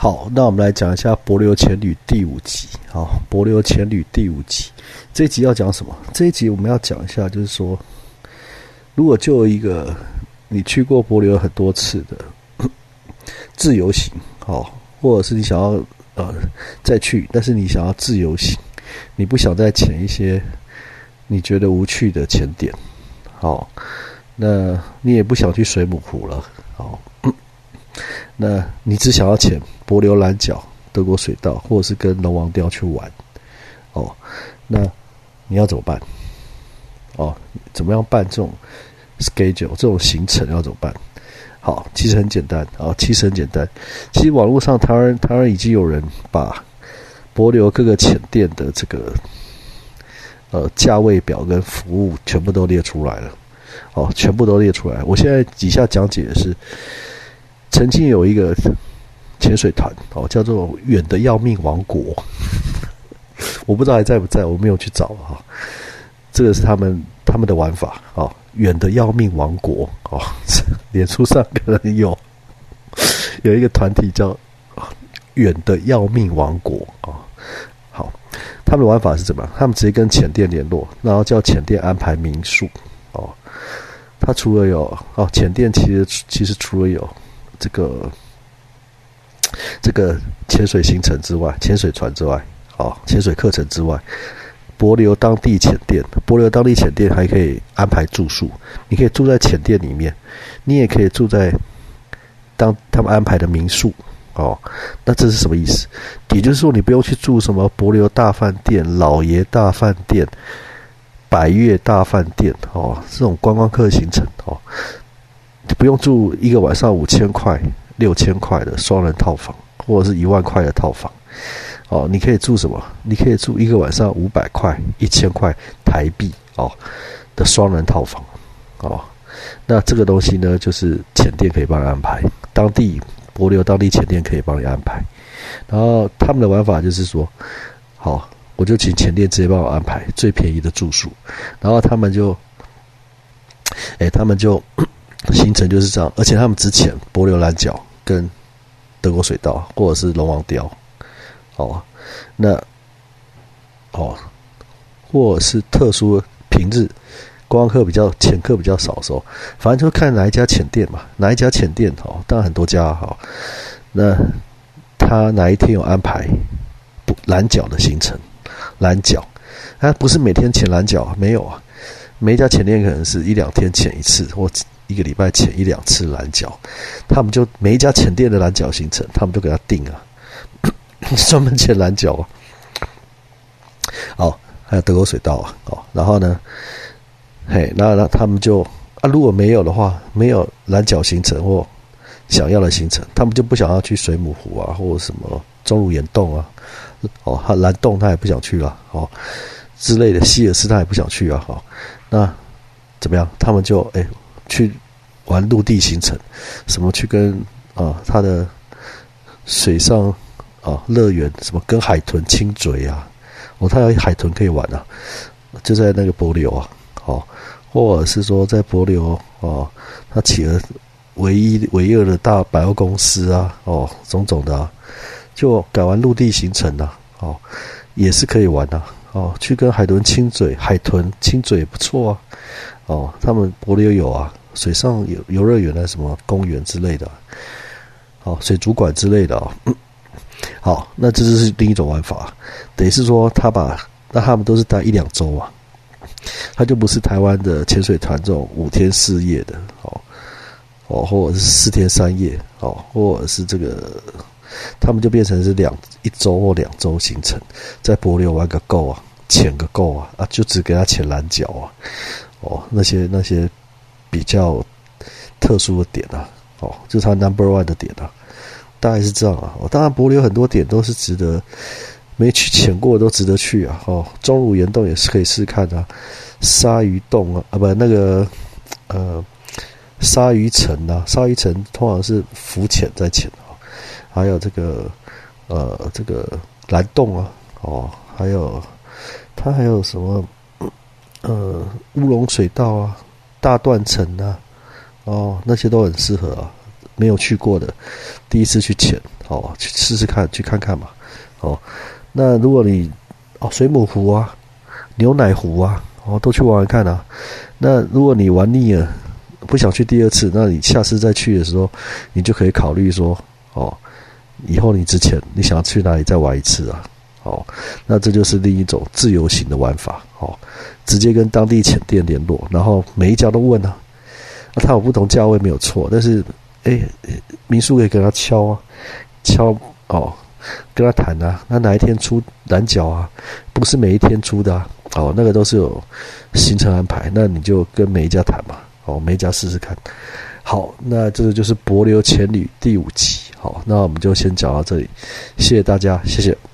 好，那我们来讲一下帛琉前旅第5集。好，帛琉前旅第5集，这一集要讲什么？这一集我们要讲一下，就是说，如果就一个你去过帛琉很多次的自由行，好，或者是你想要再去，但是你想要自由行，你不想再潜一些你觉得无趣的潜点，好，那你也不想去水母湖了，好。那你只想要潜帛琉蓝角、德国水道，或者是跟龙王雕去玩，哦，那你要怎么办？哦，怎么样办这种 schedule 这种行程要怎么办？好，其实很简单啊，其实其实网络上台湾已经有人把帛琉各个潜店的这个价位表跟服务全部都列出来了，哦，全部都列出来。我现在以下讲解的是。曾经有一个潜水团哦，叫做远的要命王国，我不知道还在不在，我没有去找哈。这个是他们的玩法哦，远的要命王国哦，脸书上可能有一个团体叫远的要命王国哦。好，他们的玩法是怎么样？他们直接跟潜店联络，然后叫潜店安排民宿哦。他除了有潜店其实除了有这个潜水行程之外，潜水船之外，潜水课程之外，帛琉当地潜店还可以安排住宿，你可以住在潜店里面，你也可以住在他们安排的民宿哦。那这是什么意思？也就是说，你不用去住什么帛琉大饭店、老爷大饭店、百岳大饭店哦，这种观光客行程哦。不用住一个晚上5000块、6000块的双人套房，或者是1万块的套房，哦，你可以住什么？你可以住一个晚上500块、1000块台币哦的双人套房，哦，那这个东西呢，就是潜店可以帮你安排，帛琉当地潜店可以帮你安排，然后他们的玩法就是说，好，我就请潜店直接帮我安排最便宜的住宿，然后他们就行程就是这样，而且他们只潜帛琉蓝角跟德国水道或者是龙王雕，那或者是特殊的平日观光客潜客比较少的时候，反正就看哪一家潜店嘛，哪一家潜店当然很多家那他哪一天有安排蓝角的行程，蓝角，他不是每天潜蓝角，没有啊，每一家潜店可能是1-2天潜一次，或1个礼拜潜1-2次蓝角，他们就每一家潜店的蓝角行程，他们就给他定啊，专门潜蓝角啊。还有德国水道啊，然后呢，那他们就如果没有的话，没有蓝角行程或想要的行程，他们就不想要去水母湖啊，或者什么钟乳岩洞啊，蓝洞他也不想去了，之类的，希尔斯他也不想去啊，那怎么样？他们就去玩陆地行程，什么去跟他的水上乐园，什么跟海豚亲嘴啊，他有海豚可以玩啊，就在那个帛琉啊，或者是说在帛琉他企鹅唯二的大百货公司啊，种种的就改玩陆地行程啊，也是可以玩啊，去跟海豚亲嘴也不错啊，他们帛琉有啊，水上有游乐园啊，什么公园之类的，水族馆之类的好，那这就是另一种玩法，等于是说那他们都是待1-2周啊，他就不是台湾的潜水团这种5天4夜的或者是4天3夜或者是这个，他们就变成是1周或2周行程，在帛琉玩个够啊，潜个够啊，就只给他潜蓝角啊，那些比较特殊的点啊，就是他 No.1 的点啊，大概是这样啊。当然帛琉很多点都是值得，没去潜过都值得去啊。钟乳岩洞也是可以试看啊，鲨鱼洞啊，那个鲨鱼城啊，鲨鱼城通常是浮潜在潜还有这个蓝洞啊，还有什么乌龙水道啊、大断层啊，那些都很适合啊。 没有去过的，第一次去潜，去试试看，去看看嘛，那如果你水母湖啊、牛奶湖啊，都去玩玩看啊。那如果你玩腻了，不想去第二次，那你下次再去的时候，你就可以考虑说，以后你之前你想要去哪里再玩一次啊？那这就是另一种自由行的玩法，直接跟当地潜店联络，然后每一家都问啊，他有不同价位没有错，但是民宿可以跟他敲跟他谈啊，那哪一天出蓝角啊，不是每一天出的啊，那个都是有行程安排，那你就跟每一家谈嘛，每一家试试看。好，那这个就是帛琉潜旅第5集，好，那我们就先讲到这里，谢谢大家，谢谢。